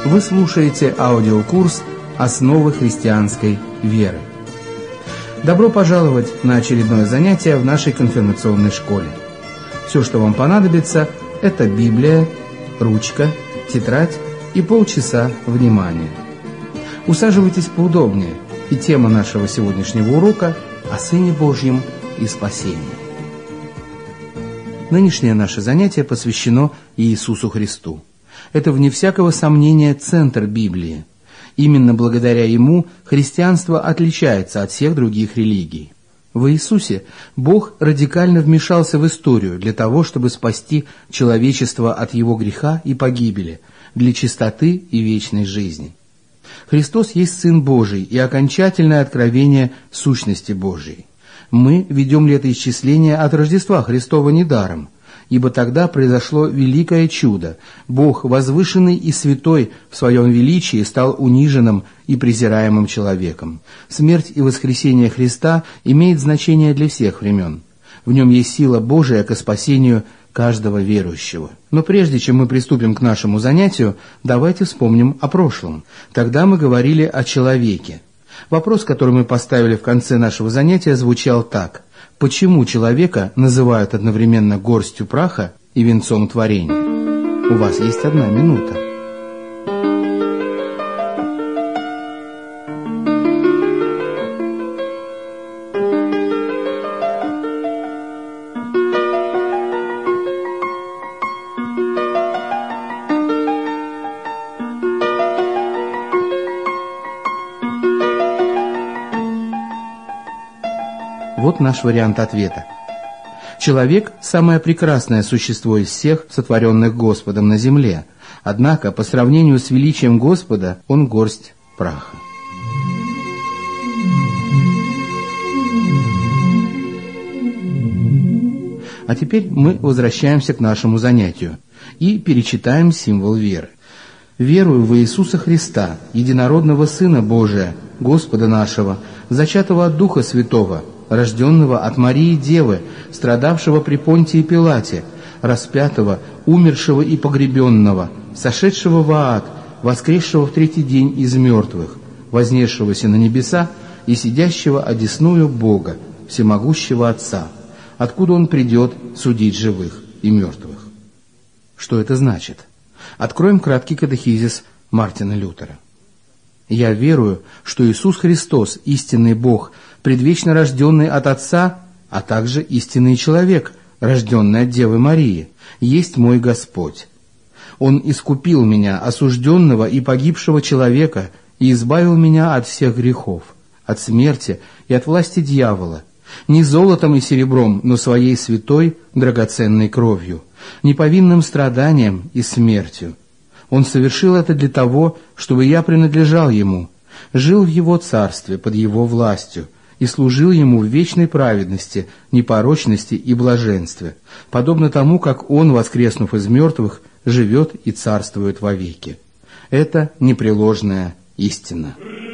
Вы слушаете аудиокурс «Основы христианской веры». Добро пожаловать на очередное занятие в нашей конфирмационной школе. Все, что вам понадобится, это Библия, ручка, тетрадь и полчаса внимания. Усаживайтесь поудобнее, и тема нашего сегодняшнего урока – о Сыне Божьем и спасении. Нынешнее наше занятие посвящено Иисусу Христу. Это, вне всякого сомнения, центр Библии. Именно благодаря Ему христианство отличается от всех других религий. В Иисусе Бог радикально вмешался в историю для того, чтобы спасти человечество от его греха и погибели, для чистоты и вечной жизни. Христос есть Сын Божий и окончательное откровение сущности Божией. Мы ведем летоисчисление от Рождества Христова недаром, ибо тогда произошло великое чудо. Бог, возвышенный и святой в своем величии, стал униженным и презираемым человеком. Смерть и воскресение Христа имеет значение для всех времен. В нем есть сила Божия ко спасению каждого верующего. Но прежде чем мы приступим к нашему занятию, давайте вспомним о прошлом. Тогда мы говорили о человеке. Вопрос, который мы поставили в конце нашего занятия, звучал так: почему человека называют одновременно горстью праха и венцом творения? У вас есть 1 минута. Вот наш вариант ответа. Человек – самое прекрасное существо из всех, сотворенных Господом на земле. Однако, по сравнению с величием Господа, он горсть праха. А теперь мы возвращаемся к нашему занятию и перечитаем символ веры. «Верую в Иисуса Христа, единородного Сына Божия, Господа нашего, зачатого от Духа Святого, рожденного от Марии Девы, страдавшего при Понтии Пилате, распятого, умершего и погребенного, сошедшего в ад, воскресшего в 3-й день из мертвых, вознесшегося на небеса и сидящего одесную Бога, всемогущего Отца, откуда Он придет судить живых и мертвых». Что это значит? Откроем краткий катехизис Мартина Лютера. «Я верую, что Иисус Христос, истинный Бог, предвечно рожденный от Отца, а также истинный человек, рожденный от Девы Марии, есть мой Господь. Он искупил меня, осужденного и погибшего человека, и избавил меня от всех грехов, от смерти и от власти дьявола, не золотом и серебром, но своей святой, драгоценной кровью, неповинным страданием и смертью. Он совершил это для того, чтобы я принадлежал Ему, жил в Его царстве под Его властью и служил Ему в вечной праведности, непорочности и блаженстве, подобно тому, как Он, воскреснув из мертвых, живет и царствует вовеки. Это непреложная истина».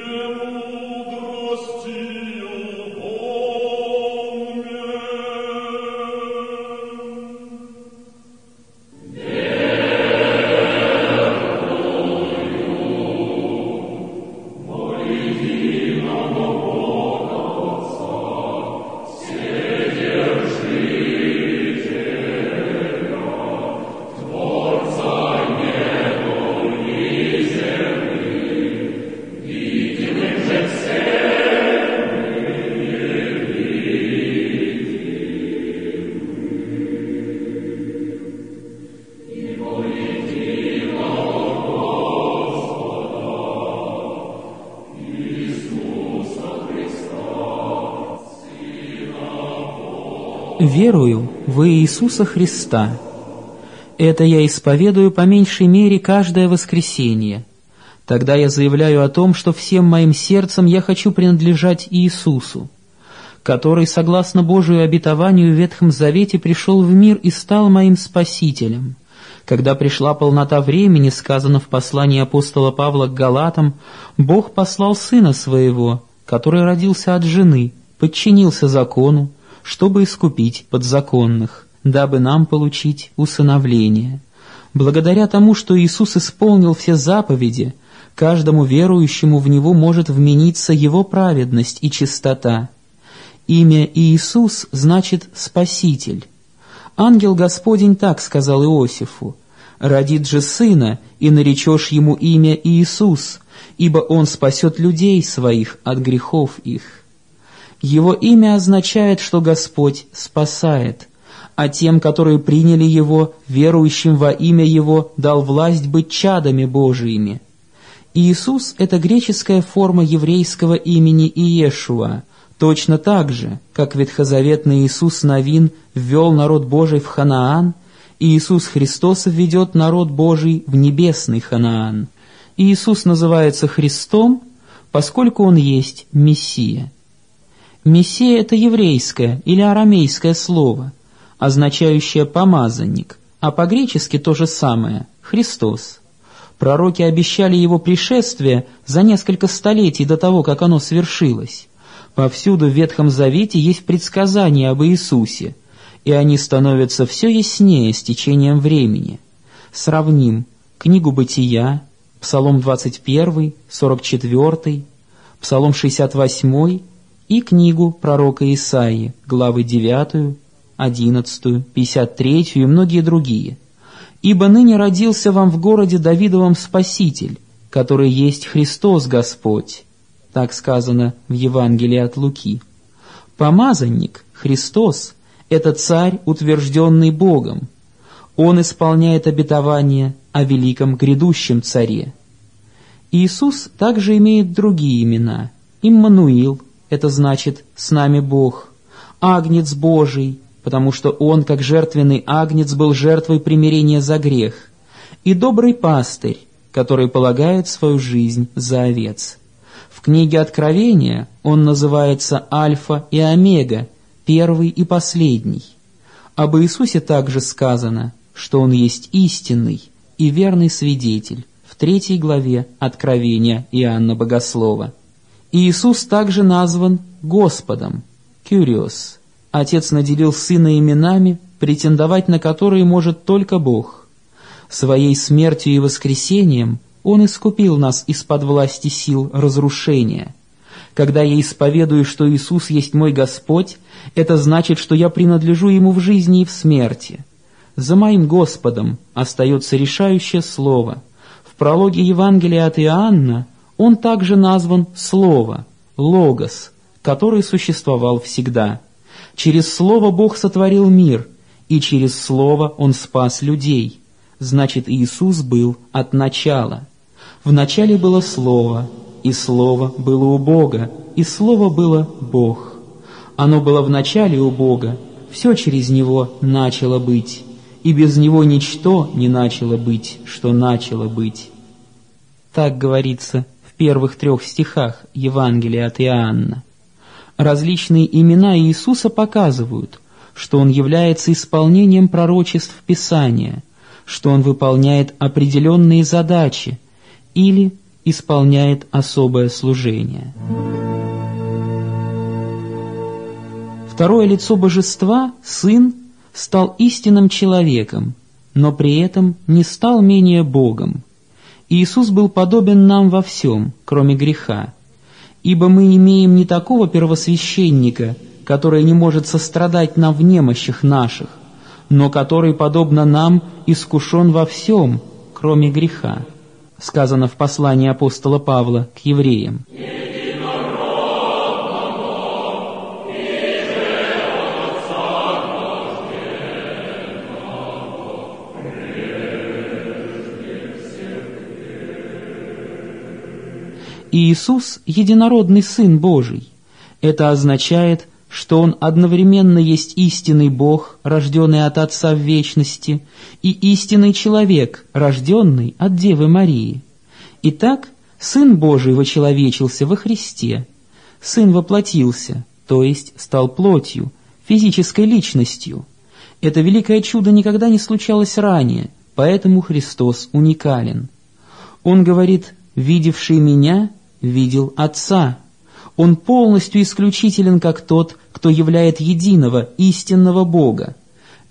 «Верую в Иисуса Христа». Это я исповедую по меньшей мере каждое воскресенье. Тогда я заявляю о том, что всем моим сердцем я хочу принадлежать Иисусу, который, согласно Божию обетованию в Ветхом Завете, пришел в мир и стал моим Спасителем. Когда пришла полнота времени, сказано в послании апостола Павла к Галатам, Бог послал Сына Своего, который родился от жены, подчинился закону, чтобы искупить подзаконных, дабы нам получить усыновление. Благодаря тому, что Иисус исполнил все заповеди, каждому верующему в Него может вмениться Его праведность и чистота. Имя Иисус значит «Спаситель». Ангел Господень так сказал Иосифу: «Родит же сына, и наречешь ему имя Иисус, ибо он спасет людей своих от грехов их». Его имя означает, что Господь спасает, а тем, которые приняли Его, верующим во имя Его, дал власть быть чадами Божиими. Иисус – это греческая форма еврейского имени Иешуа, точно так же, как ветхозаветный Иисус Навин ввел народ Божий в Ханаан, Иисус Христос введет народ Божий в небесный Ханаан. Иисус называется Христом, поскольку Он есть Мессия. Мессия – это еврейское или арамейское слово, означающее «помазанник», а по-гречески то же самое – «Христос». Пророки обещали Его пришествие за несколько столетий до того, как оно свершилось. Повсюду в Ветхом Завете есть предсказания об Иисусе, и они становятся все яснее с течением времени. Сравним книгу Бытия, Псалом 21, 44, Псалом 68 и книгу пророка Исаии, главы 9, 11, 53 и многие другие. «Ибо ныне родился вам в городе Давидовом Спаситель, который есть Христос Господь». Так сказано в Евангелии от Луки. Помазанник, Христос, это царь, утвержденный Богом. Он исполняет обетование о великом грядущем царе. Иисус также имеет другие имена. Иммануил, это значит «с нами Бог», Агнец Божий, потому что Он, как жертвенный агнец, был жертвой примирения за грех, и Добрый Пастырь, который полагает свою жизнь за овец. В книге Откровения Он называется Альфа и Омега, первый и последний. Об Иисусе также сказано, что Он есть истинный и верный свидетель в 3 главе Откровения Иоанна Богослова. Иисус также назван Господом, Кюриос. Отец наделил Сына именами, претендовать на которые может только Бог. Своей смертью и воскресением Он искупил нас из-под власти сил разрушения. Когда я исповедую, что Иисус есть мой Господь, это значит, что я принадлежу Ему в жизни и в смерти. За моим Господом остается решающее слово. В прологе Евангелия от Иоанна Он также назван Слово, Логос, который существовал всегда. Через Слово Бог сотворил мир, и через Слово Он спас людей. Значит, Иисус был от начала. В начале было Слово, и Слово было у Бога, и Слово было Бог. Оно было в начале у Бога, все через Него начало быть, и без Него ничто не начало быть, что начало быть. Так говорится в первых 3 стихах Евангелия от Иоанна. Различные имена Иисуса показывают, что Он является исполнением пророчеств Писания, что Он выполняет определенные задачи или исполняет особое служение. Второе лицо Божества, Сын, стал истинным человеком, но при этом не стал менее Богом. Иисус был подобен нам во всем, кроме греха, ибо мы имеем не такого первосвященника, который не может сострадать нам в немощах наших, но который, подобно нам, искушен во всем, кроме греха. Сказано в послании апостола Павла к евреям. Иисус – единородный Сын Божий. Это означает, что Он одновременно есть истинный Бог, рожденный от Отца в вечности, и истинный человек, рожденный от Девы Марии. Итак, Сын Божий вочеловечился во Христе. Сын воплотился, то есть стал плотью, физической личностью. Это великое чудо никогда не случалось ранее, поэтому Христос уникален. Он говорит: «Видевший Меня, видел Отца». Он полностью исключителен, как тот, кто являет единого, истинного Бога.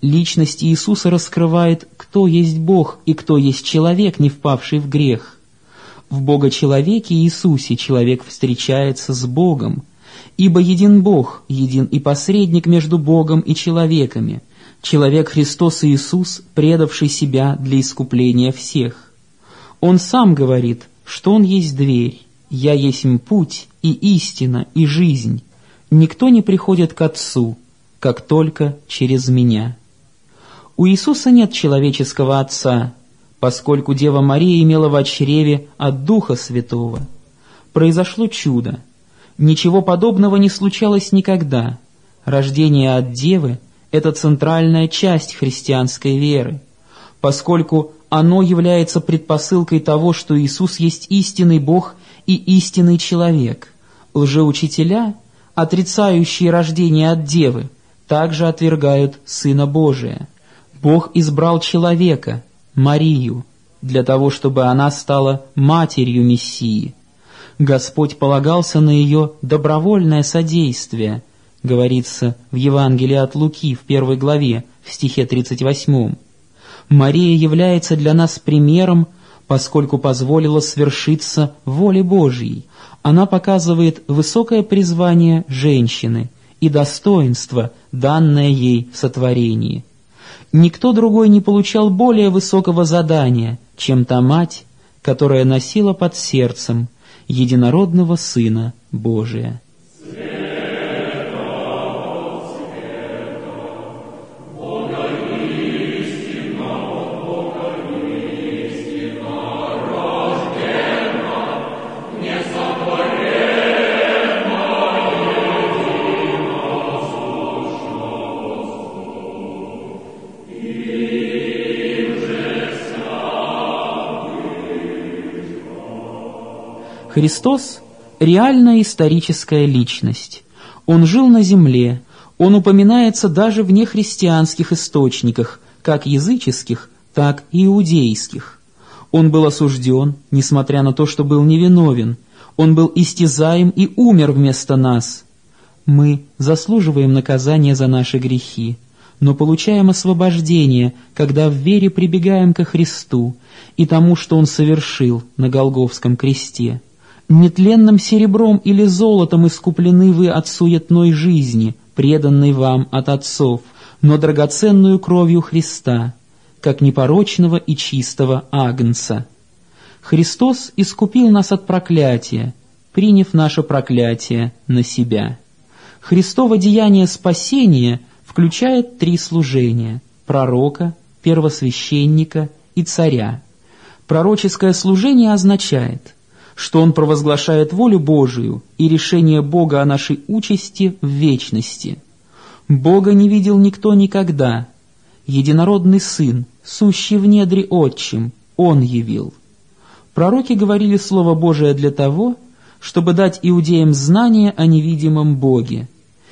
Личность Иисуса раскрывает, кто есть Бог и кто есть человек, не впавший в грех. В Бога-человеке Иисусе человек встречается с Богом, ибо един Бог, един и посредник между Богом и человеками, человек Христос Иисус, предавший себя для искупления всех. Он сам говорит, что Он есть дверь, «Я есмь путь и истина и жизнь, никто не приходит к Отцу, как только через Меня». У Иисуса нет человеческого Отца, поскольку Дева Мария имела в чреве от Духа Святого. Произошло чудо. Ничего подобного не случалось никогда. Рождение от Девы – это центральная часть христианской веры, поскольку оно является предпосылкой того, что Иисус есть истинный Бог и истинный человек. Лжеучителя, отрицающие рождение от Девы, также отвергают Сына Божия. Бог избрал человека, Марию, для того, чтобы она стала матерью Мессии. Господь полагался на ее добровольное содействие, говорится в Евангелии от Луки в 1 главе, в стихе 38. Мария является для нас примером, поскольку позволила свершиться воле Божьей. Она показывает высокое призвание женщины и достоинство, данное ей в сотворении. Никто другой не получал более высокого задания, чем та мать, которая носила под сердцем единородного Сына Божия. Христос – реальная историческая личность. Он жил на земле, Он упоминается даже в нехристианских источниках, как языческих, так и иудейских. Он был осужден, несмотря на то, что был невиновен. Он был истязаем и умер вместо нас. Мы заслуживаем наказания за наши грехи, но получаем освобождение, когда в вере прибегаем ко Христу и тому, что Он совершил на Голгофском кресте. Нетленным серебром или золотом искуплены вы от суетной жизни, преданной вам от отцов, но драгоценную кровью Христа, как непорочного и чистого агнца. Христос искупил нас от проклятия, приняв наше проклятие на себя. Христово деяние спасения включает 3 служения – пророка, первосвященника и царя. Пророческое служение означает, что он провозглашает волю Божию и решение Бога о нашей участи в вечности. Бога не видел никто никогда. Единородный Сын, сущий в недре Отчим, Он явил. Пророки говорили Слово Божие для того, чтобы дать иудеям знание о невидимом Боге.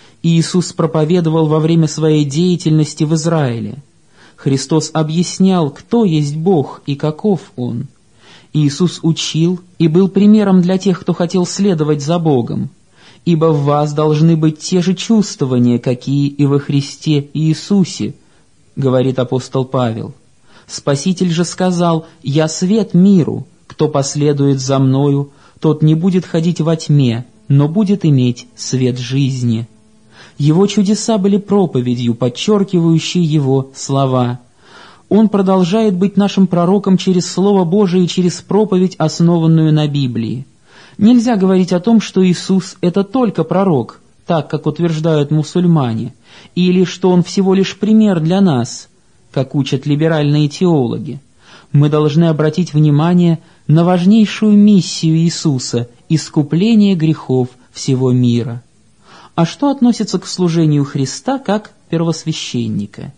Иисус проповедовал во время своей деятельности в Израиле. Христос объяснял, кто есть Бог и каков Он. Иисус учил и был примером для тех, кто хотел следовать за Богом. «Ибо в вас должны быть те же чувствования, какие и во Христе Иисусе», — говорит апостол Павел. Спаситель же сказал: «Я свет миру, кто последует за Мною, тот не будет ходить во тьме, но будет иметь свет жизни». Его чудеса были проповедью, подчеркивающей Его слова. Он продолжает быть нашим пророком через Слово Божие и через проповедь, основанную на Библии. Нельзя говорить о том, что Иисус – это только пророк, так, как утверждают мусульмане, или что Он всего лишь пример для нас, как учат либеральные теологи. Мы должны обратить внимание на важнейшую миссию Иисуса – искупление грехов всего мира. А что относится к служению Христа как первосвященника?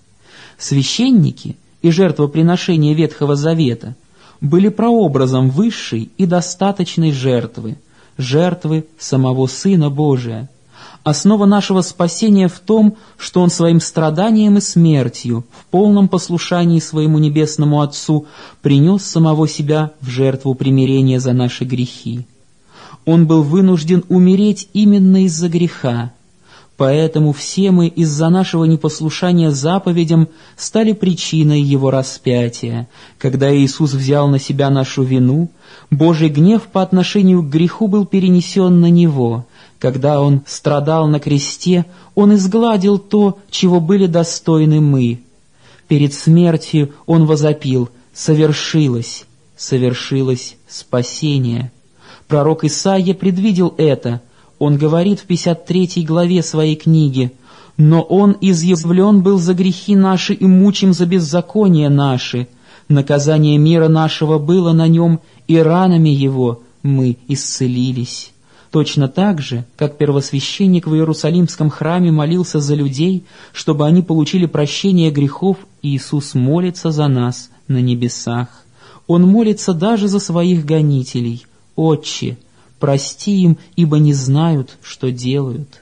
Священники и жертвоприношения Ветхого Завета были прообразом высшей и достаточной жертвы, жертвы самого Сына Божия. Основа нашего спасения в том, что Он своим страданием и смертью, в полном послушании своему Небесному Отцу, принес самого себя в жертву примирения за наши грехи. Он был вынужден умереть именно из-за греха. Поэтому все мы из-за нашего непослушания заповедям стали причиной Его распятия. Когда Иисус взял на себя нашу вину, Божий гнев по отношению к греху был перенесен на Него. Когда Он страдал на кресте, Он изгладил то, чего были достойны мы. Перед смертью Он возопил: «Совершилось, совершилось спасение». Пророк Исаия предвидел это. Он говорит в 53 главе своей книги: «Но Он изъявлен был за грехи наши и мучим за беззакония наши. Наказание мира нашего было на Нем, и ранами Его мы исцелились». Точно так же, как первосвященник в Иерусалимском храме молился за людей, чтобы они получили прощение грехов, Иисус молится за нас на небесах. Он молится даже за своих гонителей: «Отче, прости им, ибо не знают, что делают».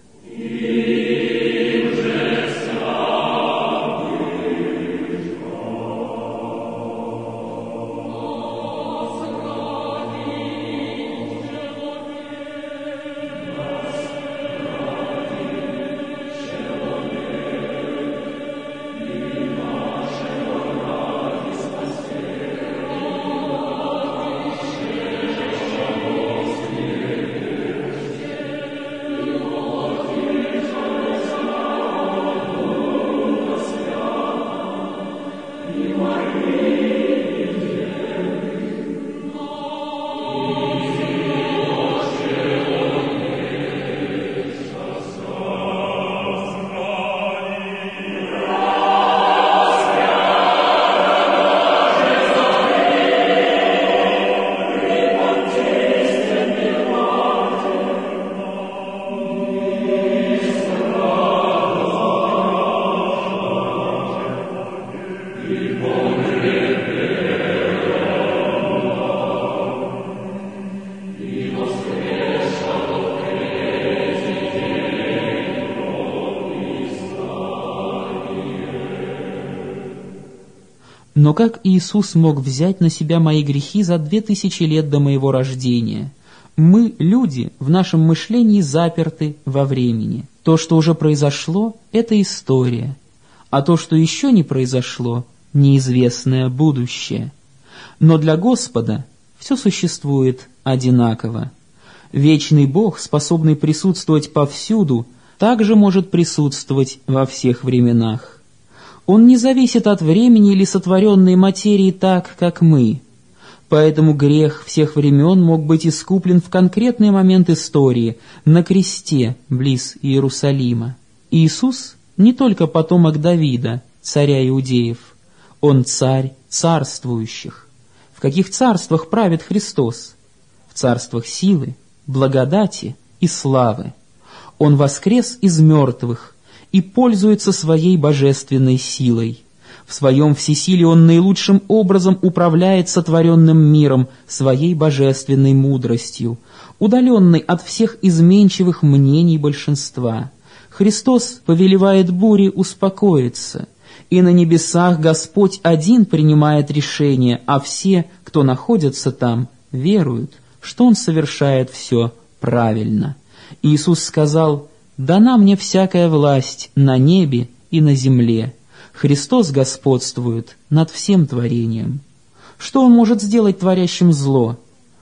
Но как Иисус мог взять на себя мои грехи за 2000 лет до моего рождения? Мы, люди, в нашем мышлении заперты во времени. То, что уже произошло, это история, а то, что еще не произошло, неизвестное будущее. Но для Господа все существует одинаково. Вечный Бог, способный присутствовать повсюду, также может присутствовать во всех временах. Он не зависит от времени или сотворенной материи так, как мы. Поэтому грех всех времен мог быть искуплен в конкретный момент истории, на кресте, близ Иерусалима. Иисус не только потомок Давида, царя иудеев. Он царь царствующих. В каких царствах правит Христос? В царствах силы, благодати и славы. Он воскрес из мертвых и пользуется своей божественной силой. В своем всесилии Он наилучшим образом управляет сотворенным миром своей божественной мудростью, удаленной от всех изменчивых мнений большинства. Христос повелевает буре успокоиться, и на небесах Господь один принимает решение, а все, кто находится там, веруют, что Он совершает все правильно. Иисус сказал: «Дана мне всякая власть на небе и на земле». Христос господствует над всем творением. Что Он может сделать творящим зло?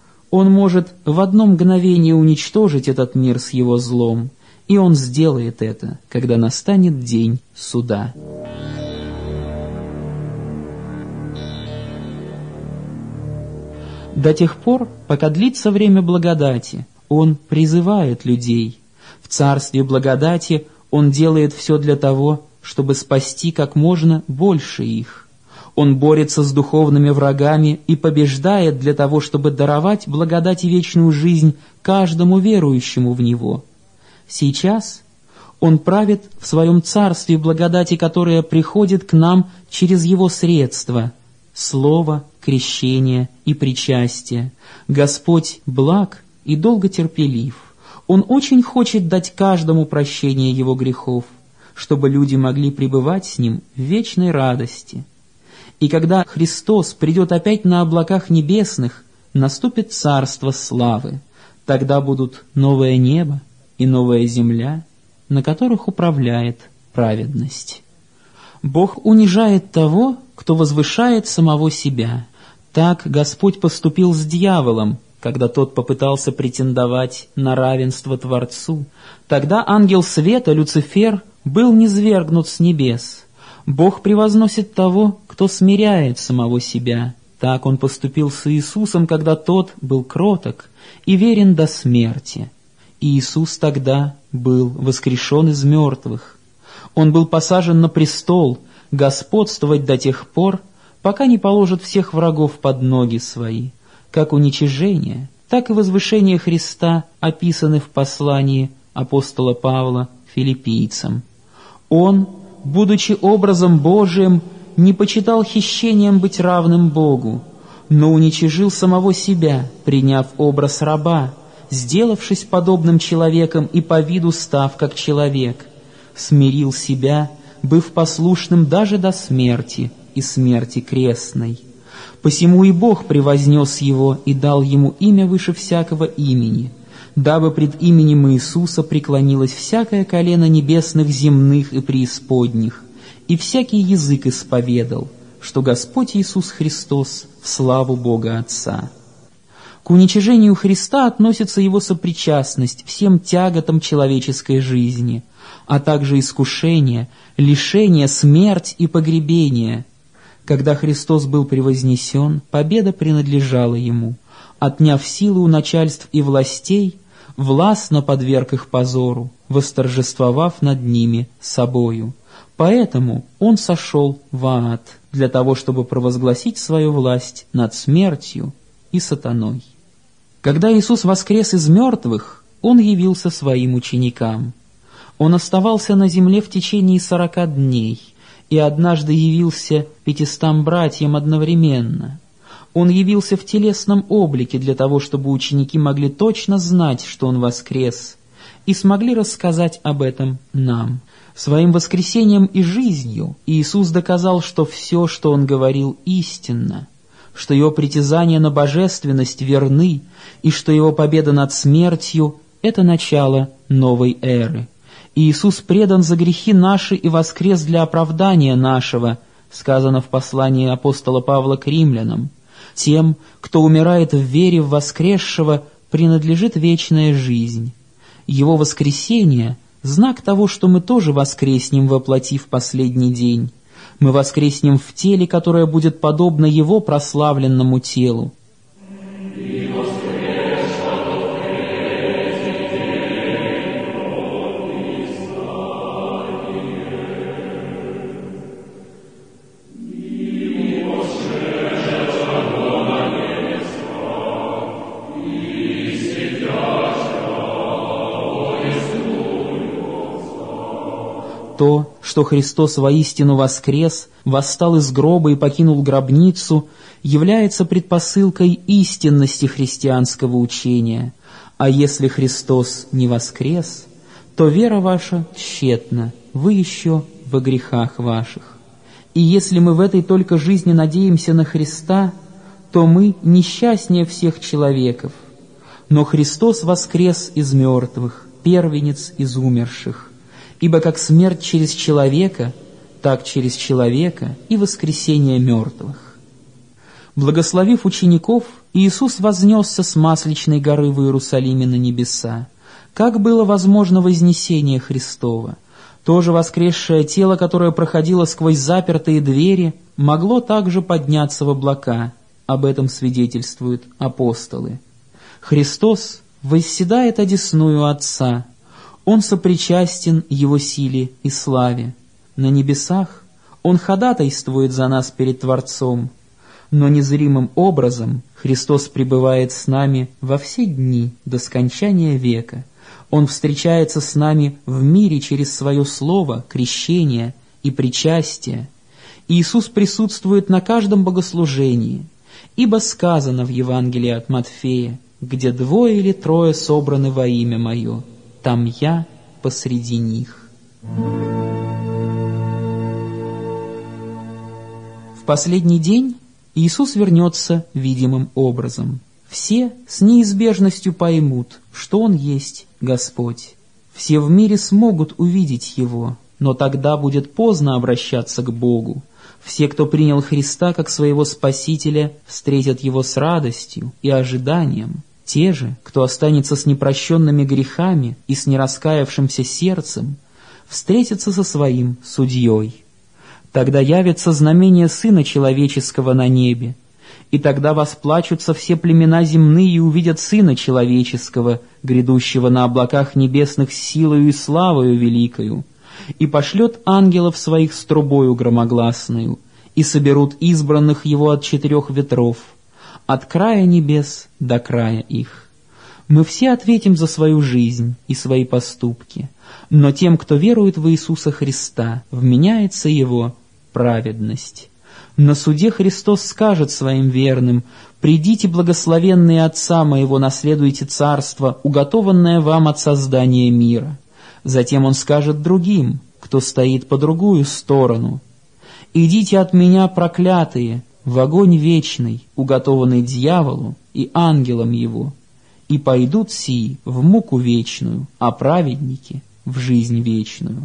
Он может в одно мгновение уничтожить этот мир с его злом, и Он сделает это, когда настанет день суда. До тех пор, пока длится время благодати, Он призывает людей. В царстве благодати Он делает все для того, чтобы спасти как можно больше их. Он борется с духовными врагами и побеждает для того, чтобы даровать благодать и вечную жизнь каждому верующему в Него. Сейчас Он правит в Своем царстве благодати, которая приходит к нам через Его средства — слово, крещение и причастие. Господь благ и долготерпелив. Он очень хочет дать каждому прощение его грехов, чтобы люди могли пребывать с Ним в вечной радости. И когда Христос придет опять на облаках небесных, наступит царство славы. Тогда будут новое небо и новая земля, на которых управляет праведность. Бог унижает того, кто возвышает самого себя. Так Господь поступил с дьяволом, когда тот попытался претендовать на равенство Творцу. Тогда ангел света, Люцифер, был низвергнут с небес. Бог превозносит того, кто смиряет самого себя. Так Он поступил с Иисусом, когда тот был кроток и верен до смерти. Иисус тогда был воскрешен из мертвых. Он был посажен на престол, господствовать до тех пор, пока не положит всех врагов под ноги свои. Как уничижение, так и возвышение Христа описаны в послании апостола Павла филиппийцам. Он, будучи образом Божиим, не почитал хищением быть равным Богу, но уничижил самого себя, приняв образ раба, сделавшись подобным человеком и по виду став как человек, смирил себя, быв послушным даже до смерти и смерти крестной. Посему и Бог превознес его и дал ему имя выше всякого имени, дабы пред именем Иисуса преклонилось всякое колено небесных, земных и преисподних, и всякий язык исповедал, что Господь Иисус Христос в славу Бога Отца. К уничижению Христа относится Его сопричастность всем тяготам человеческой жизни, а также искушение, лишение, смерть и погребение. Когда Христос был превознесен, победа принадлежала Ему. Отняв силы у начальств и властей, властно подверг их позору, восторжествовав над ними собою. Поэтому Он сошел в ад, для того, чтобы провозгласить свою власть над смертью и сатаной. Когда Иисус воскрес из мертвых, Он явился Своим ученикам. Он оставался на земле в течение 40 дней, и однажды явился 500 братьям одновременно. Он явился в телесном облике для того, чтобы ученики могли точно знать, что Он воскрес, и смогли рассказать об этом нам. Своим воскресением и жизнью Иисус доказал, что все, что Он говорил, истинно, что Его притязания на божественность верны, и что Его победа над смертью — это начало новой эры. Иисус предан за грехи наши и воскрес для оправдания нашего, сказано в послании апостола Павла к римлянам. Тем, кто умирает в вере в воскресшего, принадлежит вечная жизнь. Его воскресение — знак того, что мы тоже воскреснем во плоти в последний день. Мы воскреснем в теле, которое будет подобно Его прославленному телу. То, что Христос воистину воскрес, восстал из гроба и покинул гробницу, является предпосылкой истинности христианского учения. А если Христос не воскрес, то вера ваша тщетна, вы еще во грехах ваших. И если мы в этой только жизни надеемся на Христа, то мы несчастнее всех человеков. Но Христос воскрес из мертвых, первенец из умерших. Ибо как смерть через человека, так через человека и воскресение мертвых. Благословив учеников, Иисус вознесся с Масличной горы в Иерусалиме на небеса. Как было возможно вознесение Христово? То же воскресшее тело, которое проходило сквозь запертые двери, могло также подняться в облака. Об этом свидетельствуют апостолы. Христос восседает одесную Отца. Он сопричастен Его силе и славе. На небесах Он ходатайствует за нас перед Творцом, но незримым образом Христос пребывает с нами во все дни до скончания века. Он встречается с нами в мире через Свое Слово, крещение и причастие. Иисус присутствует на каждом богослужении, ибо сказано в Евангелии от Матфея: «Где 2 или 3 собраны во имя Мое, там Я посреди них». В последний день Иисус вернется видимым образом. Все с неизбежностью поймут, что Он есть Господь. Все в мире смогут увидеть Его, но тогда будет поздно обращаться к Богу. Все, кто принял Христа как своего Спасителя, встретят Его с радостью и ожиданием. Те же, кто останется с непрощенными грехами и с нераскаявшимся сердцем, встретятся со своим судьей. Тогда явится знамение Сына Человеческого на небе, и тогда восплачутся все племена земные и увидят Сына Человеческого, грядущего на облаках небесных с силою и славою великою, и пошлет ангелов своих с трубою громогласною, и соберут избранных Его от 4 ветров, от края небес до края их. Мы все ответим за свою жизнь и свои поступки, но тем, кто верует в Иисуса Христа, вменяется Его праведность. На суде Христос скажет своим верным: «Придите, благословенные Отца Моего, наследуйте царство, уготованное вам от создания мира». Затем Он скажет другим, кто стоит по другую сторону: «Идите от Меня, проклятые, в огонь вечный, уготованный дьяволу и ангелам его, и пойдут сии в муку вечную, а праведники — в жизнь вечную».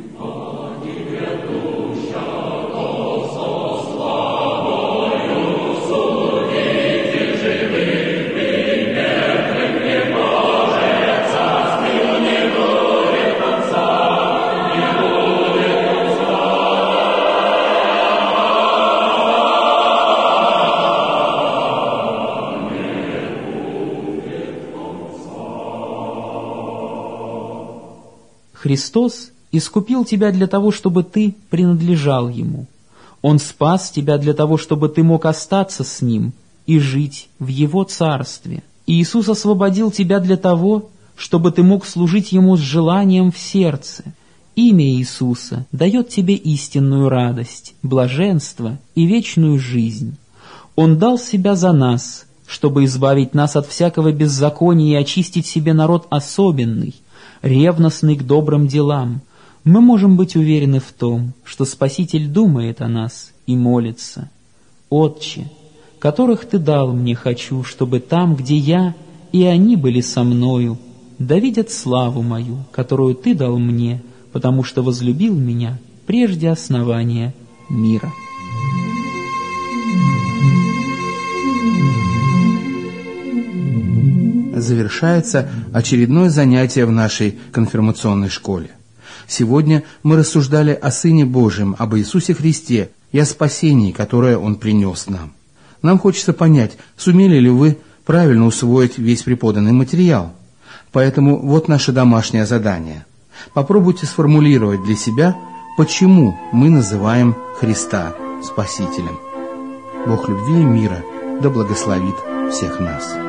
Христос искупил тебя для того, чтобы ты принадлежал Ему. Он спас тебя для того, чтобы ты мог остаться с Ним и жить в Его Царстве. И Иисус освободил тебя для того, чтобы ты мог служить Ему с желанием в сердце. Имя Иисуса дает тебе истинную радость, блаженство и вечную жизнь. Он дал Себя за нас, чтобы избавить нас от всякого беззакония и очистить себе народ особенный, ревностный к добрым делам. Мы можем быть уверены в том, что Спаситель думает о нас и молится. «Отче, которых Ты дал мне, хочу, чтобы там, где я, и они были со мною, да видят славу мою, которую Ты дал мне, потому что возлюбил меня прежде основания мира». Завершается очередное занятие в нашей конфирмационной школе. Сегодня мы рассуждали о Сыне Божьем, об Иисусе Христе и о спасении, которое Он принес нам. Нам хочется понять, сумели ли вы правильно усвоить весь преподанный материал. Поэтому вот наше домашнее задание. Попробуйте сформулировать для себя, почему мы называем Христа Спасителем. Бог любви и мира да благословит всех нас.